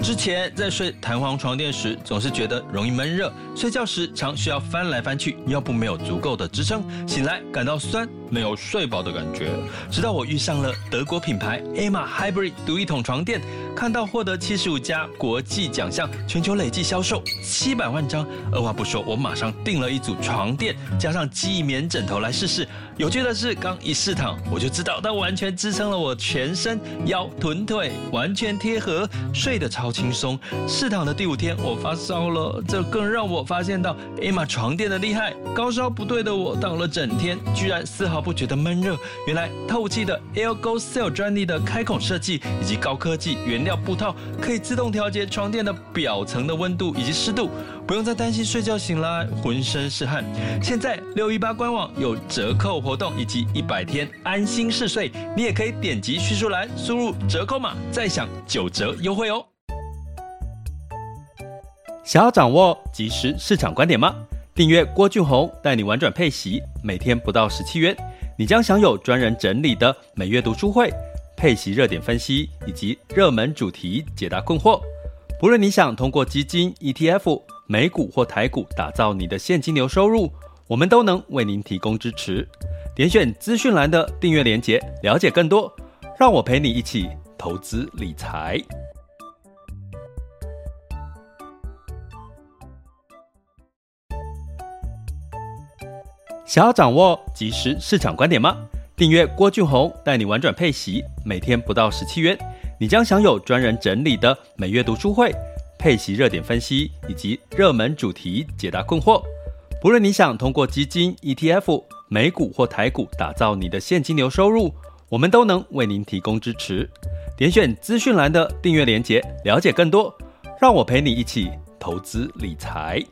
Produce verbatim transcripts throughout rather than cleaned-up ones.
之前在睡弹簧床垫时，总是觉得容易闷热，睡觉时常需要翻来翻去，腰部没有足够的支撑，醒来感到酸，没有睡饱的感觉。直到我遇上了德国品牌 Emma Hybrid 独一筒床垫，看到获得七十五家国际奖项，全球累计销售七百万张，二话不说，我马上订了一组床垫，加上记忆棉枕头来试试。有趣的是，刚一试躺，我就知道它完全支撑了我全身，腰、臀、腿完全贴合，睡得超轻松。试躺的第五天，我发烧了，这更让我发现到 Emma 床垫的厉害。高烧不对的我，躺了整天，居然丝毫不觉得闷热。原来透气的 AirGo Cell 专利的开孔设计以及高科技原料布套，可以自动调节床垫的表层的温度以及湿度，不用再担心睡觉醒来浑身是汗。现在六一八官网有折扣活动以及一百天安心试睡，你也可以点击叙述栏输入折扣码，再享九折优惠哦。想要掌握即时市场观点吗？订阅郭俊宏带你玩转配息，每天不到十七元，你将享有专人整理的每月读书会、配息热点分析以及热门主题解答困惑。不论你想通过基金、E T F、美股或台股打造你的现金流收入，我们都能为您提供支持。点选资讯栏的订阅连结，了解更多。让我陪你一起投资理财。想要掌握即时市场观点吗？订阅郭俊宏带你玩转配息，每天不到十七元，你将享有专人整理的每月读书会、配息热点分析以及热门主题解答困惑。不论你想通过基金、E T F、美股或台股打造你的现金流收入，我们都能为您提供支持。点选资讯栏的订阅连结，了解更多。让我陪你一起投资理财。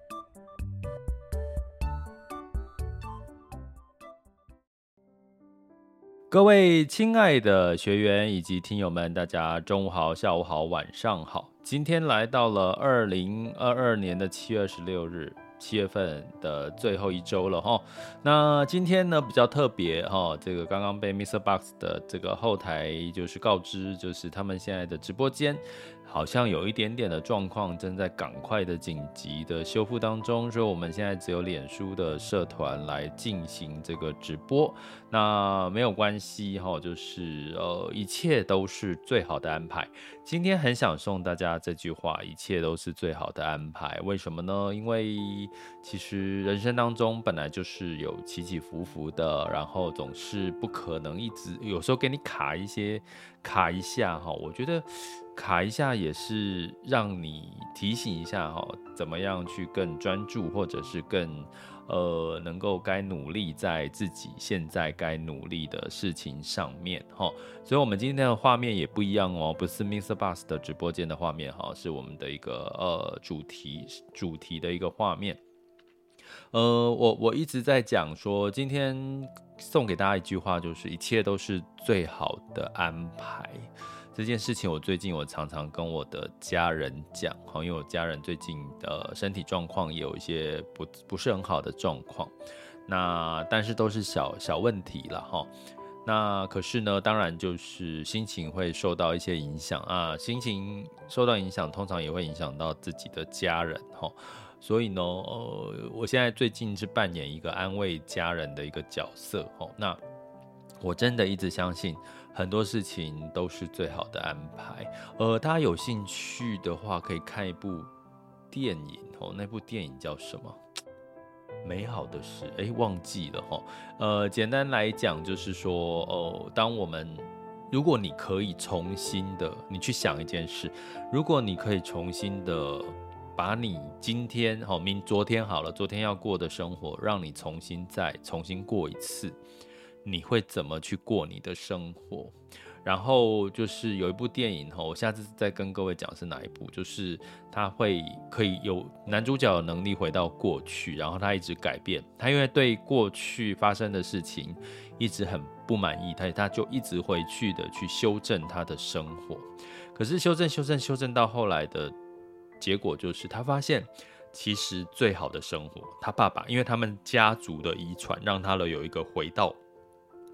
各位亲爱的学员以及听友们，大家中午好、下午好、晚上好。今天来到了二零二二年的七月二十六日，七月份的最后一周了哈。那今天呢比较特别哈，这个刚刚被 Mister Box 的这个后台就是告知，就是他们现在的直播间好像有一点点的状况，正在赶快的紧急的修复当中，所以我们现在只有脸书的社团来进行这个直播。那没有关系哈，就是呃，一切都是最好的安排。今天很想送大家这句话：一切都是最好的安排。为什么呢？因为其实人生当中本来就是有起起伏伏的，然后总是不可能一直，有时候给你卡一些，卡一下哈。我觉得卡一下也是让你提醒一下哈，怎么样去更专注，或者是更呃能够该努力在自己现在该努力的事情上面哈。所以我们今天的画面也不一样哦，不是 Mister Bus 的直播间的画面哈，是我们的一个呃主题主题的一个画面。呃，我我一直在讲说，今天送给大家一句话，就是一切都是最好的安排。这件事情我最近我常常跟我的家人讲，因为我家人最近的身体状况也有一些 不, 不是很好的状况，那但是都是小小问题啦齁。那可是呢，当然就是心情会受到一些影响啊，心情受到影响，通常也会影响到自己的家人齁。所以呢，呃，我现在最近是扮演一个安慰家人的一个角色齁。那我真的一直相信，很多事情都是最好的安排。呃，大家有兴趣的话，可以看一部电影哦。那部电影叫什么？美好的事，哎，忘记了哈。呃，简单来讲就是说，呃，当我们如果你可以重新的，你去想一件事，如果你可以重新的把你今天好、明昨天好了，昨天要过的生活，让你重新再重新过一次。你会怎么去过你的生活？然后就是有一部电影，我下次再跟各位讲是哪一部，就是他会可以有男主角的能力回到过去，然后他一直改变，他因为对过去发生的事情一直很不满意，他他就一直回去的去修正他的生活。可是修正修正修正到后来的结果就是他发现其实最好的生活，他爸爸因为他们家族的遗传让他有一个回到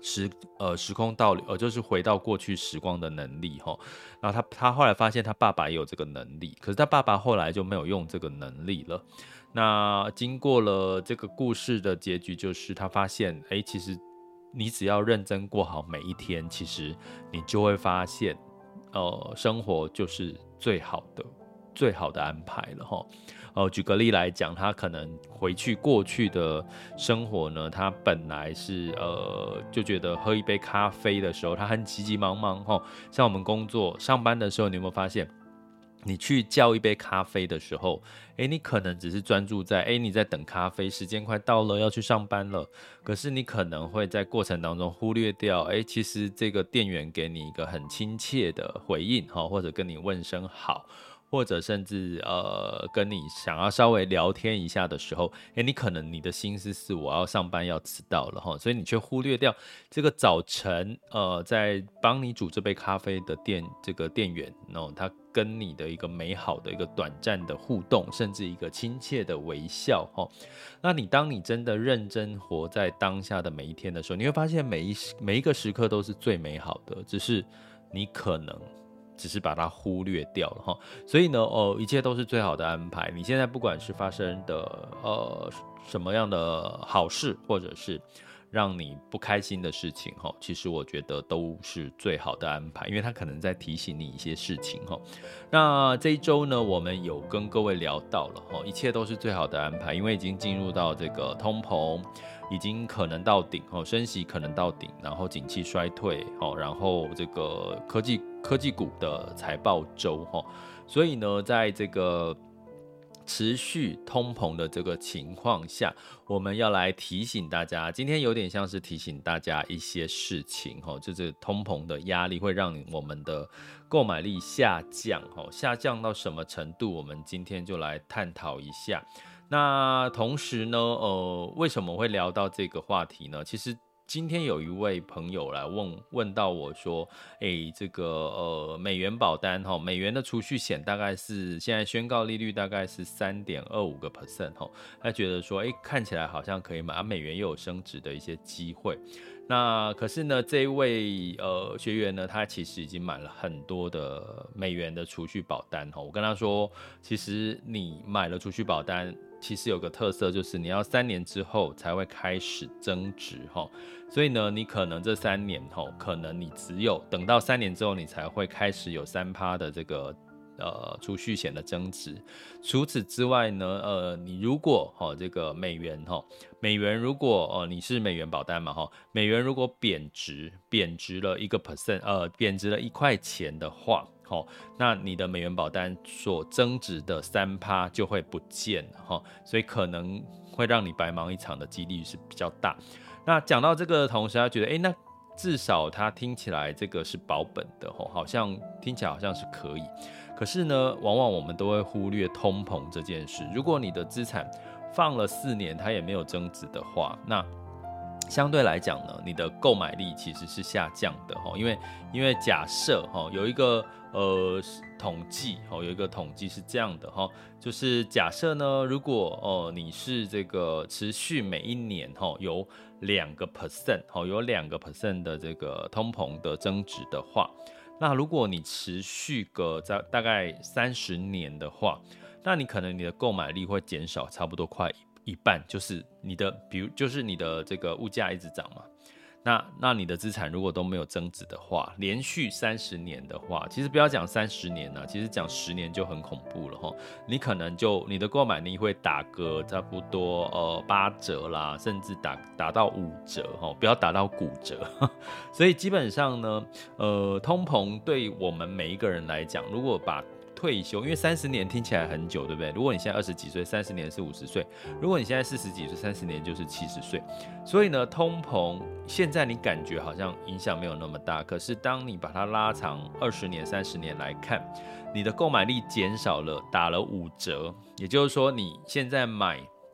时呃时空倒流，呃就是回到过去时光的能力哈。然后他他后来发现他爸爸也有这个能力，可是他爸爸后来就没有用这个能力了。那经过了这个故事的结局，就是他发现，哎，其实你只要认真过好每一天，其实你就会发现，呃，生活就是最好的最好的安排了哈。呃，举个例来讲，他可能回去过去的生活呢，他本来是呃就觉得喝一杯咖啡的时候，他很急急忙忙哈。像我们工作上班的时候，你有没有发现，你去叫一杯咖啡的时候，诶，你可能只是专注在，诶，你在等咖啡，时间快到了，要去上班了。可是你可能会在过程当中忽略掉，诶，其实这个店员给你一个很亲切的回应，或者跟你问声好。或者甚至呃跟你想要稍微聊天一下的时候，哎，你可能你的心思是我要上班要迟到了哈，所以你却忽略掉这个早晨呃在帮你煮这杯咖啡的店这个店员哦，他跟你的一个美好的一个短暂的互动，甚至一个亲切的微笑哈。那你当你真的认真活在当下的每一天的时候，你会发现每一每一个时刻都是最美好的，只是你可能。只是把它忽略掉了哈，所以呢，哦，一切都是最好的安排。你现在不管是发生的呃什么样的好事，或者是让你不开心的事情哈，其实我觉得都是最好的安排，因为它可能在提醒你一些事情哈。那这一周呢，我们有跟各位聊到了哈，一切都是最好的安排，因为已经进入到这个通膨。已经可能到顶哦，升息可能到顶，然后景气衰退哦，然后这个科技科技股的财报周哈，所以呢，在这个持续通膨的这个情况下，我们要来提醒大家，今天有点像是提醒大家一些事情哈，就是通膨的压力会让我们的购买力下降哈，下降到什么程度？我们今天就来探讨一下。那同时呢，呃，为什么会聊到这个话题呢？其实今天有一位朋友来问问到我说，哎，这个呃美元保单哈，美元的储蓄险大概是现在宣告利率大概是三点二五个 percent 哈，他觉得说，哎，看起来好像可以买，啊，美元又有升值的一些机会。那可是呢，这一位呃学员呢，他其实已经买了很多的美元的储蓄保单哈。我跟他说，其实你买了储蓄保单，其实有个特色就是你要三年之后才会开始增值哈。所以呢，你可能这三年哈，可能你只有等到三年之后，你才会开始有三趴的这个。呃，储蓄险的增值。除此之外呢，呃，你如果哈、哦、这个美元哈、哦，美元如果呃你是美元保单嘛哈、哦，美元如果贬值贬值了一个 percent， 呃，贬值了一块钱的话，好、哦，那你的美元保单所增值的三趴就会不见了哈、哦，所以可能会让你白忙一场的几率是比较大。那讲到这个的同时，他觉得，哎，那至少他听起来这个是保本的哈，好像听起来好像是可以。可是呢，往往我们都会忽略通膨这件事。如果你的资产放了四年，它也没有增值的话，那相对来讲呢，你的购买力其实是下降的哈。因为因为假设哈有一个呃统计哈，有一个统计是这样的哈，就是假设呢，如果哦、呃、你是这个持续每一年哈有两个 percent 哈，有两个 percent 的这个通膨的增值的话。那如果你持续个在大概三十年的话，那你可能你的购买力会减少差不多快一半，就是你的，比如就是你的这个物价一直涨嘛，那那你的资产如果都没有增值的话，连续三十年的话，其实不要讲三十年了，其实讲十年就很恐怖了哈。你可能就你的购买力会打个差不多呃八折啦，甚至打打到五折哈，不要打到骨折。所以基本上呢，呃，通膨对我们每一个人来讲，如果把退休，因为三十年听起来很久，对不对？如果你现在二十几岁，三十年是五十岁；如果你现在四十几岁，三十年就是七十岁。所以呢，通膨现在你感觉好像影响没有那么大，可是当你把它拉长二十年、三十年来看，你的购买力减少了，打了五折，也就是说你现在买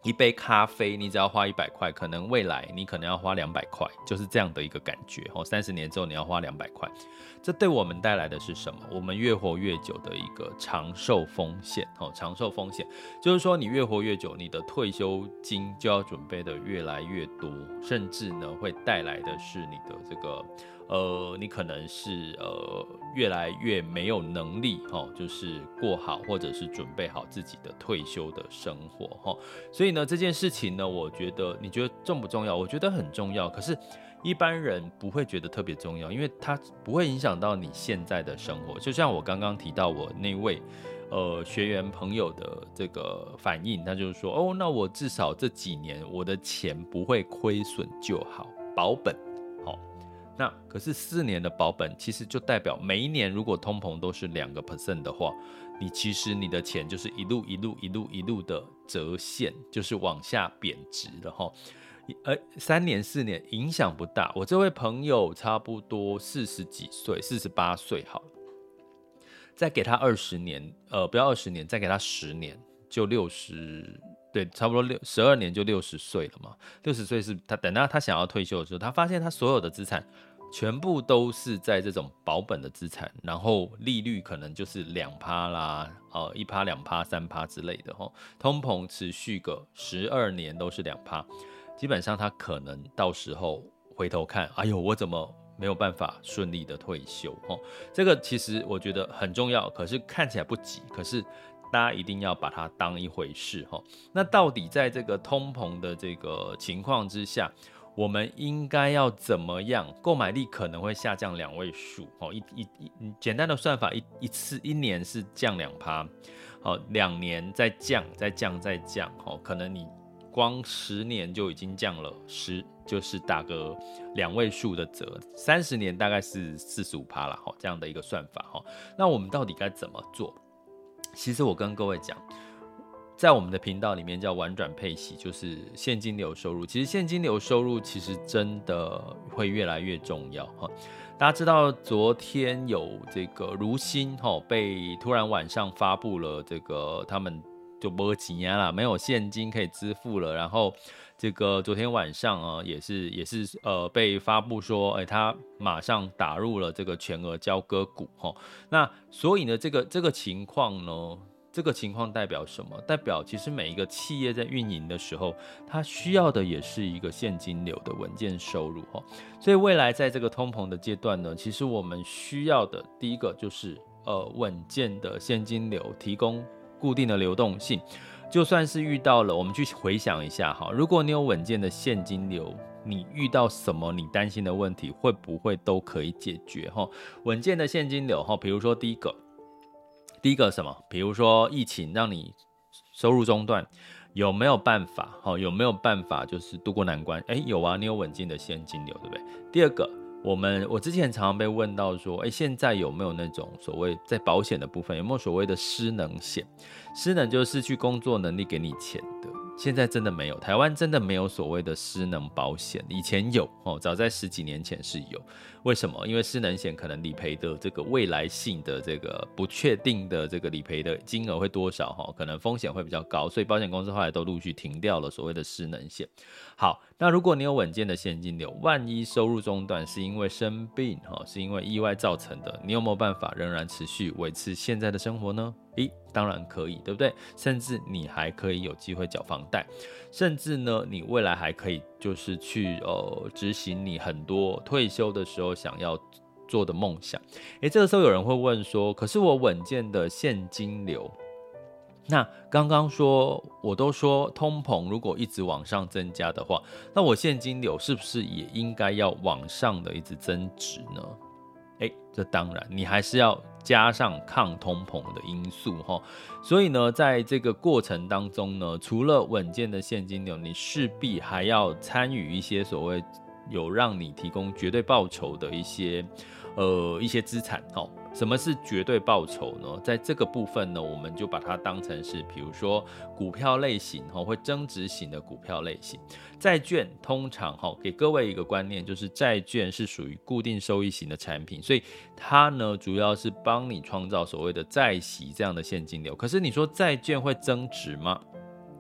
一杯咖啡你只要花一百块，可能未来你可能要花两百块，就是这样的一个感觉。三十年之后你要花两百块，这对我们带来的是什么？我们越活越久的一个长寿风险。长寿风险就是说，你越活越久，你的退休金就要准备的越来越多，甚至呢会带来的是你的这个。呃，你可能是呃越来越没有能力哦，就是过好或者是准备好自己的退休的生活哈。所以呢，这件事情呢，我觉得你觉得重不重要？我觉得很重要。可是，一般人不会觉得特别重要，因为它不会影响到你现在的生活。就像我刚刚提到我那位呃学员朋友的这个反应，他就是说，哦，那我至少这几年我的钱不会亏损就好，保本。那可是四年的保本，其实就代表每一年如果通膨都是两个 percent 的话，你其实你的钱就是一路一路一路一路的折现，就是往下贬值了哈。呃，三年四年影响不大。我这位朋友差不多四十几岁，四十八岁好了，再给他二十年，呃，不要二十年，再给他十年，就六十。对，差不多六十二年就六十岁了嘛。六十岁是他等到他想要退休的时候，他发现他所有的资产全部都是在这种保本的资产，然后利率可能就是两趴啦，呃，一趴、两趴、三趴之类的哈。通膨持续个十二年都是两趴，基本上他可能到时候回头看，哎呦，我怎么没有办法顺利的退休？哈，这个其实我觉得很重要，可是看起来不急，可是。大家一定要把它当一回事哈。那到底在这个通膨的这个情况之下，我们应该要怎么样？购买力可能会下降两位数哦。一一一简单的算法，一一次一年是降两趴，好，两年再降，再降，再降，哦，可能你光十年就已经降了十，就是打个两位数的折，三十年大概是四十五趴啦，这样的一个算法哈。那我们到底该怎么做？其实我跟各位讲，在我们的频道里面叫婉转配息，就是现金流收入。其实现金流收入其实真的会越来越重要哈。大家知道昨天有这个如新哈被突然晚上发布了这个他们就没钱啦，没有现金可以支付了，然后这个昨天晚上啊也是也是呃被发布说，哎，他马上打入了这个全额交割股哈。那所以呢，这个这个情况呢，这个情况代表什么？代表其实每一个企业在运营的时候，它需要的也是一个现金流的稳健收入哈。所以未来在这个通膨的阶段呢，其实我们需要的第一个就是呃稳健的现金流，提供固定的流动性。就算是遇到了，我们去回想一下哈，如果你有稳健的现金流，你遇到什么你担心的问题，会不会都可以解决哈？稳健的现金流哈，比如说第一个，第一个什么？比如说疫情让你收入中断，有没有办法？哈，有没有办法就是渡过难关？哎，有啊，你有稳健的现金流，对不对？第二个。我们我之前常常被问到说，哎，现在有没有那种所谓在保险的部分有没有所谓的失能险？失能就是失去工作能力给你钱的，现在真的没有，台湾真的没有所谓的失能保险，以前有哦，早在十几年前是有。为什么？因为失能险可能理赔的这个未来性的这个不确定的这个理赔的金额会多少哈，可能风险会比较高，所以保险公司后来都陆续停掉了所谓的失能险。好，那如果你有稳健的现金流，万一收入中断是因为生病哈，是因为意外造成的，你有没有办法仍然持续维持现在的生活呢？诶，当然可以，对不对？甚至你还可以有机会缴房贷，甚至呢，你未来还可以就是去呃执行你很多退休的时候想要做的梦想。诶，这个时候有人会问说，可是我稳健的现金流，那刚刚说我都说通膨如果一直往上增加的话，那我现金流是不是也应该要往上的一直增值呢？哎，这当然，你还是要加上抗通膨的因素哈。所以呢，在这个过程当中呢，除了稳健的现金流，你势必还要参与一些所谓有让你提供绝对报酬的一些呃一些资产哈。什么是绝对报酬呢？在这个部分呢，我们就把它当成是，比如说股票类型哈，会增值型的股票类型。债券通常哈，给各位一个观念，就是债券是属于固定收益型的产品，所以它呢主要是帮你创造所谓的债息这样的现金流。可是你说债券会增值吗？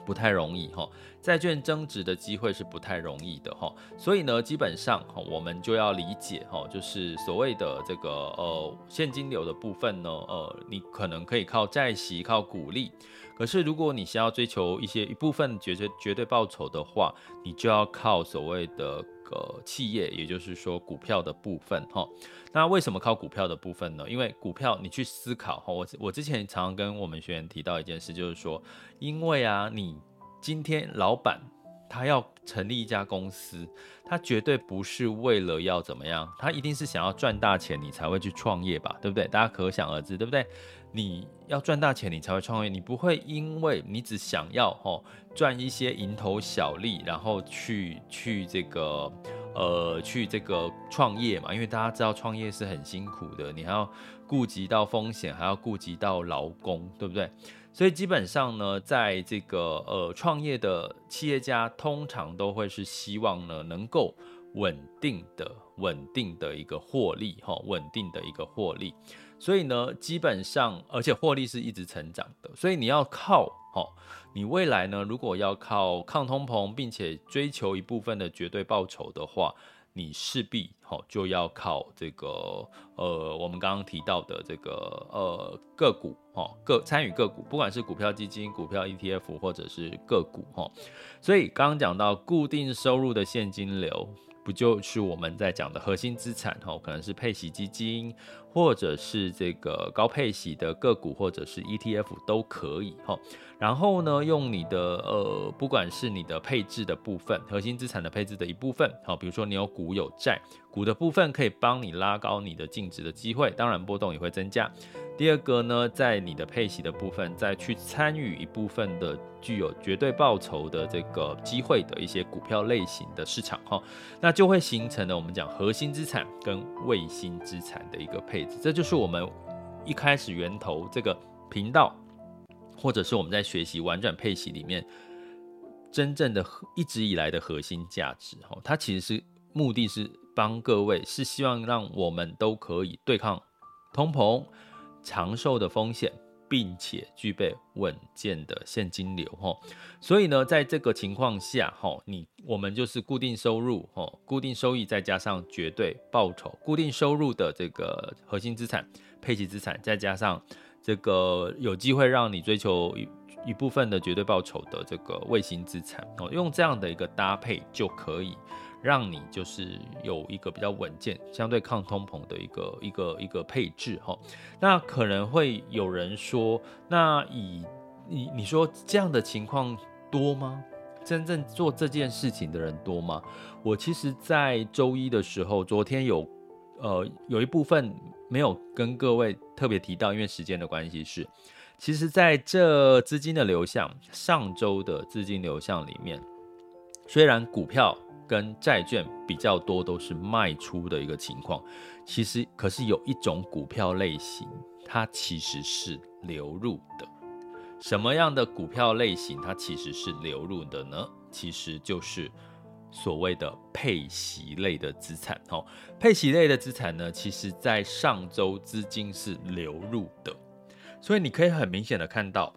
不太容易哈，债券增值的机会是不太容易的哈，所以呢，基本上我们就要理解哈，就是所谓的这个呃现金流的部分呢，呃，你可能可以靠债息、靠股利，可是如果你想要追求一些一部分绝对绝对报酬的话，你就要靠所谓的呃企业，也就是说股票的部分哈。那为什么靠股票的部分呢？因为股票你去思考，我我之前常常跟我们学员提到一件事，就是说，因为啊，你今天老板他要成立一家公司，他绝对不是为了要怎么样，他一定是想要赚大钱，你才会去创业吧，对不对？大家可想而知，对不对？你要赚大钱，你才会创业，你不会因为你只想要哦赚一些蝇头小利，然后去去这个。呃，去这个创业嘛，因为大家知道创业是很辛苦的，你还要顾及到风险，还要顾及到劳工，对不对？所以基本上呢，在这个呃创业的企业家，通常都会是希望呢能够稳定的、稳定的一个获利，哈，稳定的一个获利。所以呢，基本上，而且获利是一直成长的，所以你要靠，哦，你未来呢，如果要靠抗通膨，并且追求一部分的绝对报酬的话，你势必，哦，就要靠这个，呃，我们刚刚提到的这个，呃，个股，哦，个参与个股，不管是股票基金、股票 E T F 或者是个股，哦，所以刚刚讲到固定收入的现金流。不就是我们在讲的核心资产，可能是配息基金，或者是这个高配息的个股，或者是 E T F 都可以。然后呢，用你的呃，不管是你的配置的部分，核心资产的配置的一部分，好，比如说你有股有债，股的部分可以帮你拉高你的净值的机会，当然波动也会增加。第二个呢，在你的配息的部分，再去参与一部分的具有绝对报酬的这个机会的一些股票类型的市场哈，那就会形成了我们讲核心资产跟卫星资产的一个配置，这就是我们一开始源头这个频道，或者是我们在学习玩转配息里面真正的一直以来的核心价值哈，它其实是目的是帮各位，是希望让我们都可以对抗通膨。长寿的风险，并且具备稳健的现金流，所以呢，在这个情况下，你我们就是固定收入，固定收益再加上绝对报酬，固定收入的这个核心资产、配息资产，再加上这个有机会让你追求一一部分的绝对报酬的这个卫星资产，用这样的一个搭配就可以。让你就是有一个比较稳健、相对抗通膨的一个一个一个配置哈。那可能会有人说，那以你你说这样的情况多吗？真正做这件事情的人多吗？我其实，在周一的时候，昨天有呃有一部分没有跟各位特别提到，因为时间的关系是，其实在这资金的流向，上周的资金流向里面，虽然股票跟债券比较多都是卖出的一个情况，其实可是有一种股票类型，它其实是流入的。什么样的股票类型它其实是流入的呢？其实就是所谓的配息类的资产。配息类的资产呢，其实在上周资金是流入的，所以你可以很明显的看到，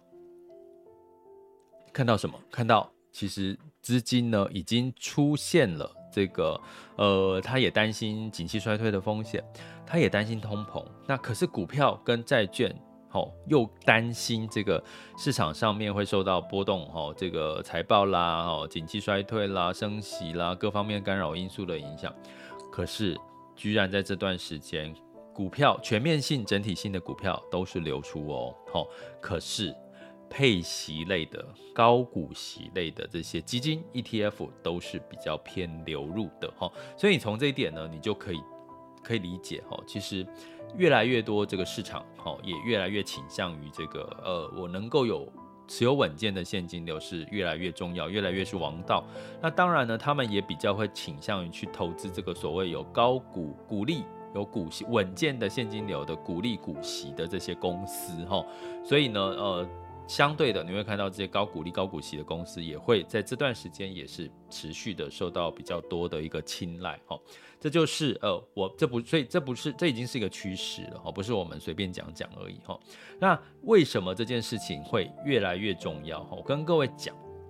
看到什么？看到其实资金呢已经出现了这个，呃，他也担心景气衰退的风险，他也担心通膨。那可是股票跟债券，哦，又担心这个市场上面会受到波动，哦，这个财报啦，哦，景气衰退啦，升息啦，各方面干扰因素的影响。可是居然在这段时间，股票全面性、整体性的股票都是流出哦，哦可是。配息类的、高股息类的这些基金 E T F 都是比较偏流入的，所以你从这一点呢，你就可以可以理解，其实越来越多这个市场也越来越倾向于这个呃，我能够有持有稳健的现金流是越来越重要，越来越是王道。那当然呢，他们也比较会倾向于去投资这个所谓有高股股利。有股息稳健的现金流的股利股息的这些公司，所以呢，呃。相对的，你会看到这些高股利、高股息的公司也会在这段时间也是持续的受到比较多的一个青睐，哈，这就是呃，我这不，所以这不是，这已经是一个趋势了，哈，不是我们随便讲讲而已，哈。那为什么这件事情会越来越重要？我跟各位讲，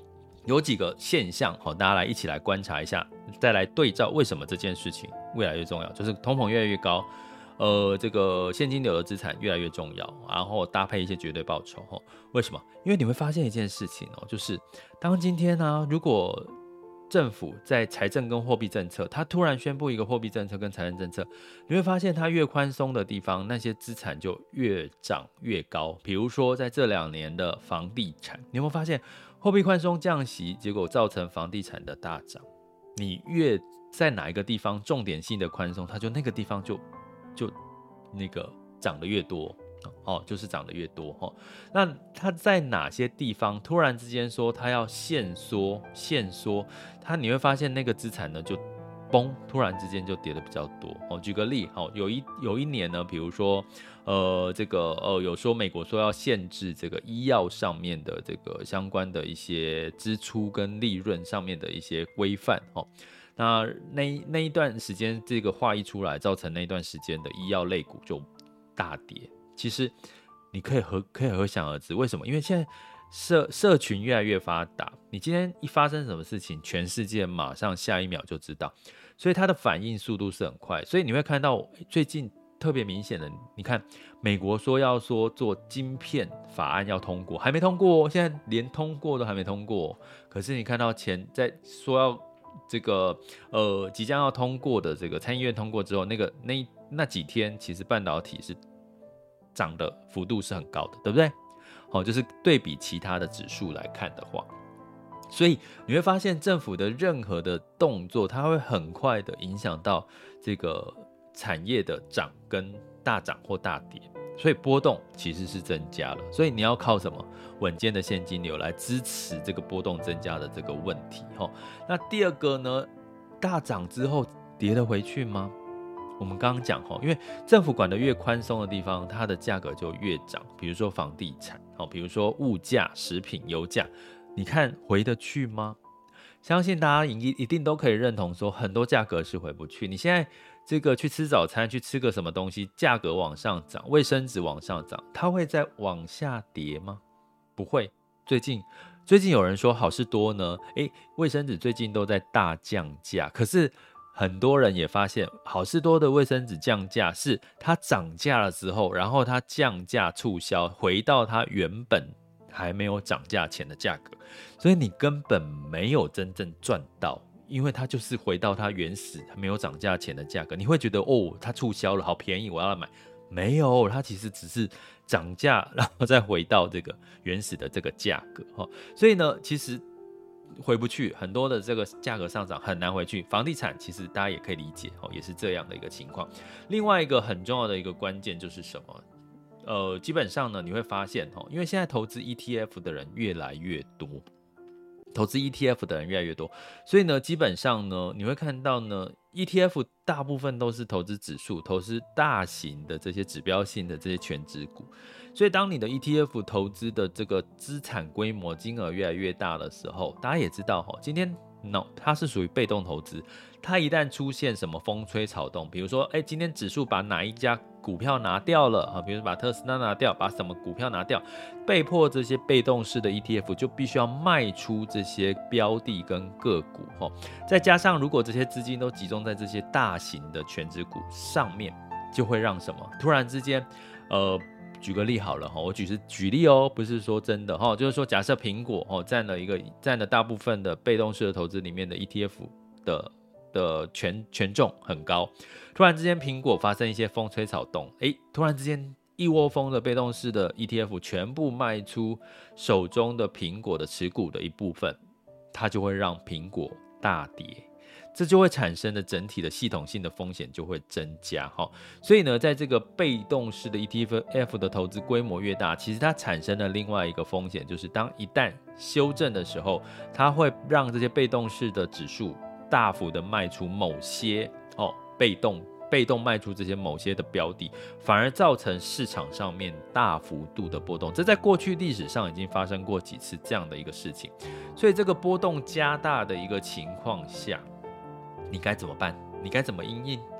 有几个现象，好，大家来一起来观察一下，再来对照为什么这件事情越来越重要，就是通膨越来越高，呃，这个现金流的资产越来越重要，然后搭配一些绝对报酬。为什么？因为你会发现一件事情哦，就是当今天呢、啊，如果政府在财政跟货币政策，它突然宣布一个货币政策跟财政政策，你会发现它越宽松的地方，那些资产就越涨越高。比如说在这两年的房地产，你有没有发现货币宽松降息，结果造成房地产的大涨？你越在哪一个地方重点性的宽松，它就那个地方就就那个涨得越多。哦，就是涨得越多、哦、那它在哪些地方突然之间说它要限缩限缩，它你会发现那个资产呢就崩，突然之间就跌得比较多、哦、举个例、哦、有一有一年呢，比如说呃这个呃有说美国说要限制这个医药上面的这个相关的一些支出跟利润上面的一些规范、哦、那那那一段时间这个话一出来，造成那一段时间的医药类股就大跌。其实你可以和可以可想而知，为什么？因为现在社社群越来越发达，你今天一发生什么事情，全世界马上下一秒就知道，所以它的反应速度是很快。所以你会看到最近特别明显的，你看美国说要说做晶片法案要通过，还没通过哦，现在连通过都还没通过哦。可是你看到前在说要这个呃即将要通过的这个参议院通过之后，那个那那几天，其实半导体是涨的幅度是很高的，对不对？好，就是对比其他的指数来看的话，所以你会发现政府的任何的动作，它会很快的影响到这个产业的涨跟大涨或大跌，所以波动其实是增加了。所以你要靠什么稳健的现金流来支持这个波动增加的这个问题。那第二个呢，大涨之后跌得回去吗？我们刚刚讲，因为政府管得越宽松的地方，它的价格就越涨。比如说房地产，比如说物价、食品、油价，你看回得去吗？相信大家一定都可以认同说，很多价格是回不去。你现在这个去吃早餐，去吃个什么东西，价格往上涨，卫生纸往上涨，它会再往下跌吗？不会。最近最近有人说好事多呢，诶，卫生纸最近都在大降价，可是很多人也发现，好事多的卫生纸降价是它涨价了之后，然后它降价促销，回到它原本还没有涨价前的价格，所以你根本没有真正赚到，因为它就是回到它原始没有涨价前的价格。你会觉得哦，它促销了，好便宜，我要来买。没有，它其实只是涨价，然后再回到这个原始的这个价格。所以呢，其实回不去，很多的这个价格上涨很难回去。房地产其实大家也可以理解，也是这样的一个情况。另外一个很重要的一个关键就是什么？呃，基本上呢，你会发现，因为现在投资 E T F 的人越来越多，投资 E T F 的人越来越多，所以呢，基本上呢，你会看到呢 ，E T F 大部分都是投资指数，投资大型的这些指标性的这些权值股。所以当你的 E T F 投资的这个资产规模金额越来越大的时候，大家也知道，今天 no 它是属于被动投资，它一旦出现什么风吹草动，比如说哎，今天指数把哪一家股票拿掉了，比如说把特斯拉拿掉，把什么股票拿掉，被迫这些被动式的 E T F 就必须要卖出这些标的跟个股，再加上如果这些资金都集中在这些大型的权值股上面，就会让什么突然之间呃举个例好了，我举是举例哦，不是说真的，就是说假设苹果占了一个占了大部分的被动式的投资里面的 E T F 的的 权, 权重很高，突然之间苹果发生一些风吹草动，诶，突然之间一窝蜂的被动式的 E T F 全部卖出手中的苹果的持股的一部分，它就会让苹果大跌，这就会产生的整体的系统性的风险就会增加。所以呢，在这个被动式的 E T F 的投资规模越大，其实它产生的另外一个风险就是当一旦修正的时候，它会让这些被动式的指数大幅的卖出某些、哦、被动被动卖出这些某些的标的，反而造成市场上面大幅度的波动。这在过去历史上已经发生过几次这样的一个事情，所以这个波动加大的一个情况下，你该怎么办？你该怎么因应？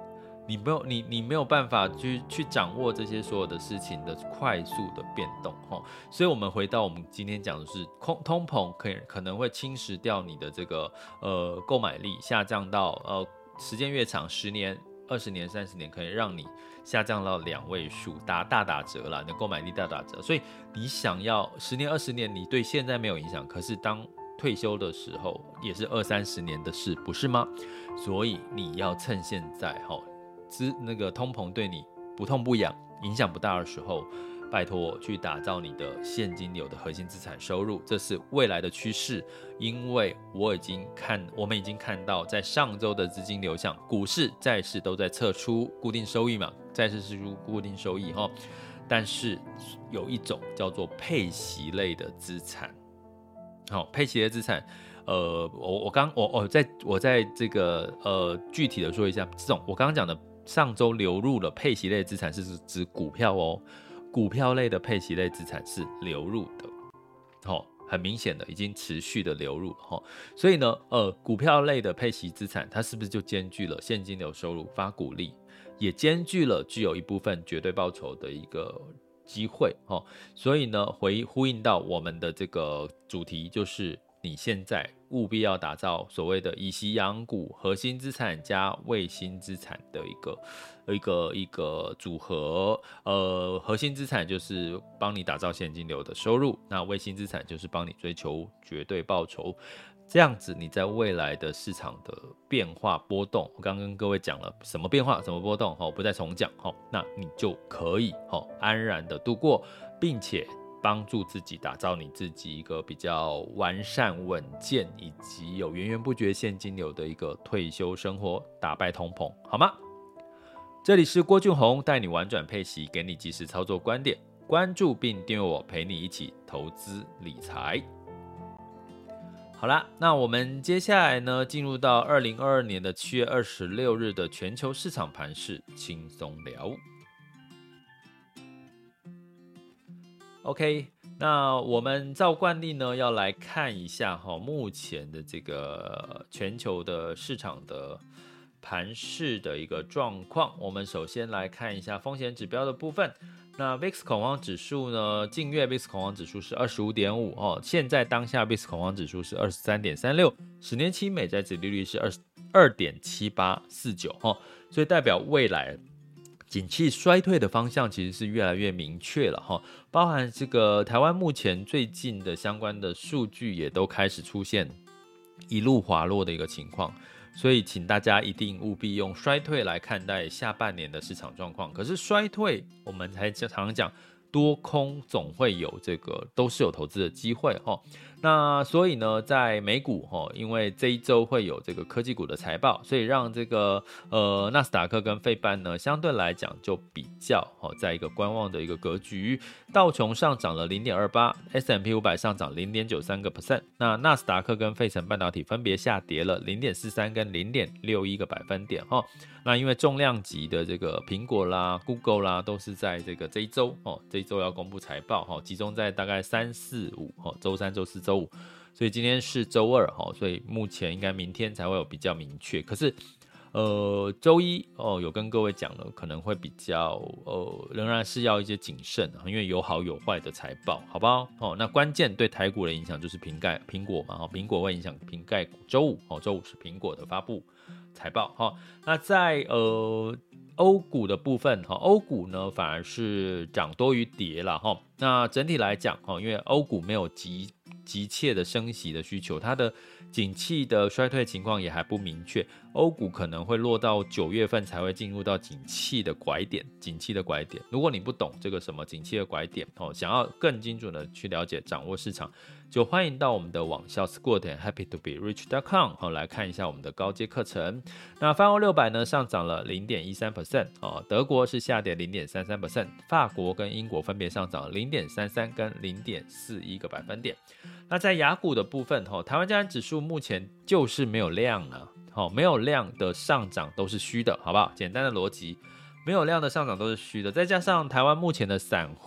你没有你你没有办法去去掌握这些所有的事情的快速的变动哈，所以我们回到我们今天讲的是通通膨可以可能会侵蚀掉你的这个呃购买力，下降到呃时间越长，十年、二十年、三十年，可以让你下降到两位数，打大打折啦，你的购买力大打折。所以你想要十年、二十年，你对现在没有影响，可是当退休的时候也是二三十年的事，不是吗？所以你要趁现在哈。那个通膨对你不痛不痒，影响不大的时候，拜托我去打造你的现金流的核心资产收入，这是未来的趋势。因为我已经看，我们已经看到，在上周的资金流向，股市、债市都在测出固定收益嘛，债市是出固定收益哈，但是有一种叫做配息类的资产，好，配息类资产。呃，我我刚我我在我在这个呃具体的说一下，这种我刚刚讲的上周流入了配息类资产是指股票哦，股票类的配息类资产是流入的，哦，很明显的已经持续的流入了哈、哦，所以呢，呃，股票类的配息资产，它是不是就兼具了现金流收入、发股利，也兼具了具有一部分绝对报酬的一个机会哦，所以呢，回呼应到我们的这个主题就是。你现在务必要打造所谓的以息养股、核心资产加卫星资产的一个一个一个组合。呃，核心资产就是帮你打造现金流的收入，那卫星资产就是帮你追求绝对报酬。这样子，你在未来的市场的变化波动，我刚刚跟各位讲了什么变化、什么波动，我不再重讲，那你就可以安然的度过，并且。帮助自己打造你自己一个比较完善、稳健以及有源源不绝现金流的一个退休生活，打败通膨，好吗？这里是郭俊宏，带你玩转配息，给你及时操作观点，关注并订阅我，陪你一起投资理财。好啦，那我们接下来呢，进入到二零二二年的七月二十六日的全球市场盘势轻松聊。OK， 那我们照惯例呢，要来看一下哈，目前的这个全球的市场的盘势的一个状况。我们首先来看一下风险指标的部分。那 V I X 恐慌指数呢，近月 V I X 恐慌指数是 二十五点五 哦，现在当下 V I X 恐慌指数是 二十三点三六， 十年期美债殖利率是 二点七八四九 哦，所以代表未来景气衰退的方向其实是越来越明确了哈，包含这个台湾目前最近的相关的数据也都开始出现一路滑落的一个情况，所以请大家一定务必用衰退来看待下半年的市场状况。可是衰退我们才常常讲多空总会有这个都是有投资的机会哈。那所以呢，在美股哈，因为这一周会有这个科技股的财报，所以让这个呃纳斯达克跟费半呢相对来讲就比较哈，在一个观望的一个格局。道琼上涨了 零点二八， S and P 五百 上涨 零点九三个 percent， 那纳斯达克跟费城半导体分别下跌了 零点四三 跟 零点六一个百分点哈。那因为重量级的这个苹果啦、Google 啦，都是在这个这一周哦，这一周要公布财报哈，集中在大概三四五哦，周三、周四、周五，所以今天是周二哈，所以目前应该明天才会有比较明确。可是，呃，周一哦，有跟各位讲了，可能会比较呃，仍然是要一些谨慎，因为有好有坏的财报，好不好？哦，那关键对台股的影响就是苹概苹果嘛，哈，苹果会影响苹概股。周五哦，周五是苹果的发布财报哈。那在呃欧股的部分哈，欧股呢反而是涨多于跌了哈。那整体来讲哈，因为欧股没有急急切的升息的需求，它的景气的衰退情况也还不明确，欧股可能会落到九月份才会进入到景气的拐点，景气的拐点。如果你不懂这个什么景气的拐点哦，想要更精准的去了解掌握市场，就欢迎到我们的网校 school 点 happy to be rich dot com 哦，来看一下我们的高阶课程。那泛欧六百呢上涨了 零点一三 percent 哦，德国是下跌 零点三三 percent， 法国跟英国分别上涨 零点三三 跟 零点四一个百分点。那在亚股的部分，台湾加权指数目前就是没有量啊，没有量的上涨都是虚的，好不好？简单的逻辑，没有量的上涨都是虚的，再加上台湾目前的散户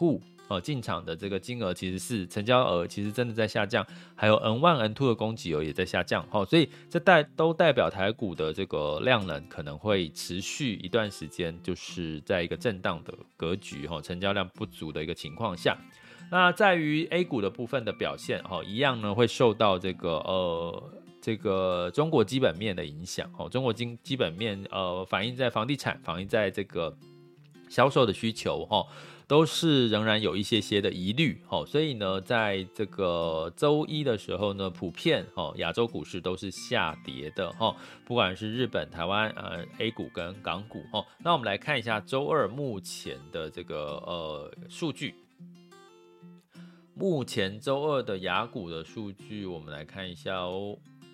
哦，进场的这个金额其实是成交额其实真的在下降，还有 N 一 N 二 的供给额也在下降，哦，所以这代都代表台股的这个量能可能会持续一段时间，就是在一个震荡的格局，哦，成交量不足的一个情况下。那在于 A 股的部分的表现，哦，一样呢会受到这个呃这个中国基本面的影响，哦，中国基基本面呃反映在房地产，反映在这个销售的需求，哦，都是仍然有一些些的疑虑，哦，所以呢，在这个周一的时候呢，普遍哦亚洲股市都是下跌的，哦，不管是日本、台湾、呃 A 股跟港股，哦，那我们来看一下周二目前的这个呃数据。目前周二的亚股的数据，我们来看一下哦。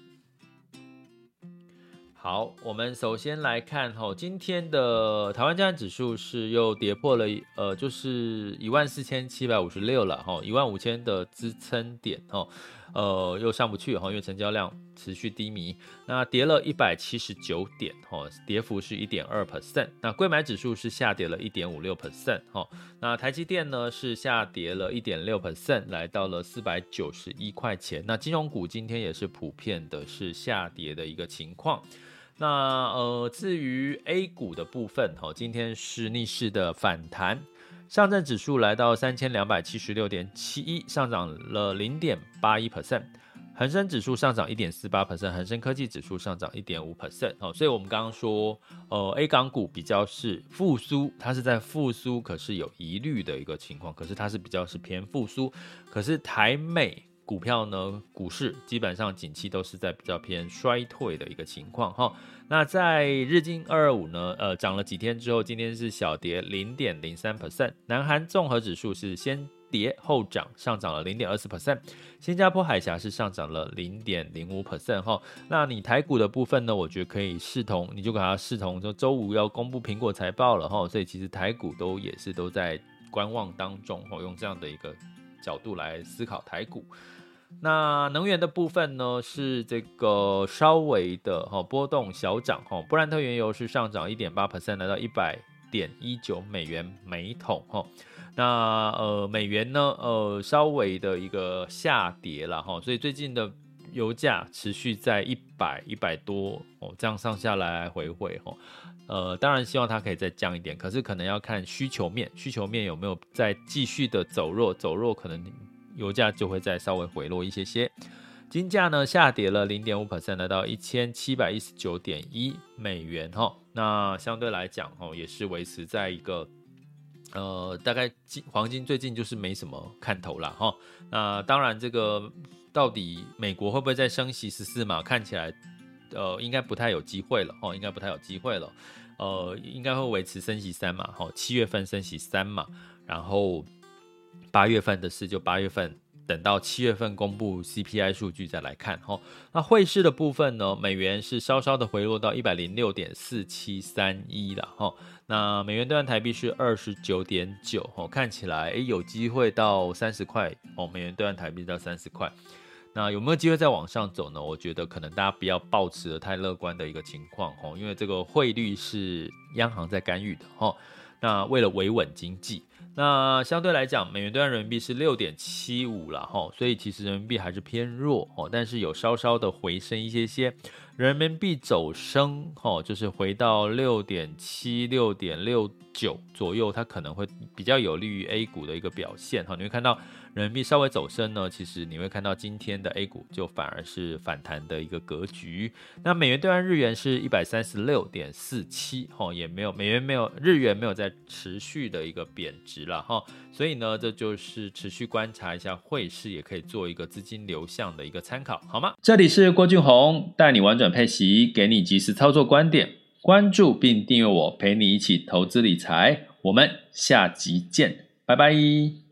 好，我们首先来看哈，今天的台湾加权指数是又跌破了，呃，就是一万四千七百五十六了哈，一万五千的支撑点哈，呃，又上不去哈，因为成交量持续低迷，那跌了一百七十九点哈，跌幅是 百分之一点二。那柜买指数是下跌了 百分之一点五六哈，那台积电呢是下跌了 百分之一点六，来到了四百九十一块钱。那金融股今天也是普遍的是下跌的一个情况。那呃，至于 A 股的部分，哦，今天是逆势的反弹，上证指数来到三千两百七十六点七一，上涨了 百分之零点八一，恒生指数上涨 百分之一点四八，恒生科技指数上涨 百分之一点五，哦，所以我们刚刚说，呃 ，A 港股比较是复苏，它是在复苏，可是有疑虑的一个情况，可是它是比较是偏复苏，可是台美股票呢，股市基本上景气都是在比较偏衰退的一个情况哈。那在日经二二五呢，呃，涨了几天之后，今天是小跌 百分之零点零三，南韩综合指数是先跌后涨，上涨了 百分之零点二四，新加坡海峡是上涨了 百分之零点零五哈。那你台股的部分呢，我觉得可以视同，你就给它视同，就周五要公布苹果财报了哈，所以其实台股都也是都在观望当中，用这样的一个角度来思考台股。那能源的部分呢，是这个稍微的波动小涨，布兰特原油是上涨 百分之一点八， 来到一百点一九美元每桶。那呃美元呢呃稍微的一个下跌啦，所以最近的油价持续在一百、一百多这样上下来来回回。呃，当然希望它可以再降一点，可是可能要看需求面，需求面有没有再继续的走弱，走弱可能油价就会再稍微回落一些些。金价呢下跌了 百分之零点五， 来到一千七百一十九点一美元，那相对来讲也是维持在一个呃大概黄金最近就是没什么看头啦。那当然这个到底美国会不会再升息十四码，看起来呃应该不太有机会了，应该不太有机会了，呃应该会维持升息三码，七月份升息三码，然后八月份的事就八月份，等到七月份公布 C P I 数据再来看。那汇市的部分呢，美元是稍稍的回落到 一百零六点四七三一 了。那美元兑换台币是 二十九点九， 看起来有机会到三十块，美元兑换台币到三十块。那有没有机会再往上走呢？我觉得可能大家不要抱持的太乐观的一个情况，因为这个汇率是央行在干预的。那为了维稳经济，那相对来讲，美元兑换人民币是 六点七五 啦，所以其实人民币还是偏弱，但是有稍稍的回升一些些。人民币走升，就是回到 六点七、六点六九 左右，它可能会比较有利于 A 股的一个表现。你会看到人民币稍微走升呢，其实你会看到今天的 A 股就反而是反弹的一个格局。那美元兑换日元是 一百三十六点四七，也没有美元没有日元没有在持续的一个贬值了，所以呢，这就是持续观察一下汇市，也可以做一个资金流向的一个参考，好吗？这里是郭俊宏，带你玩转配息，给你及时操作观点，关注并订阅我，陪你一起投资理财。我们下集见，拜拜。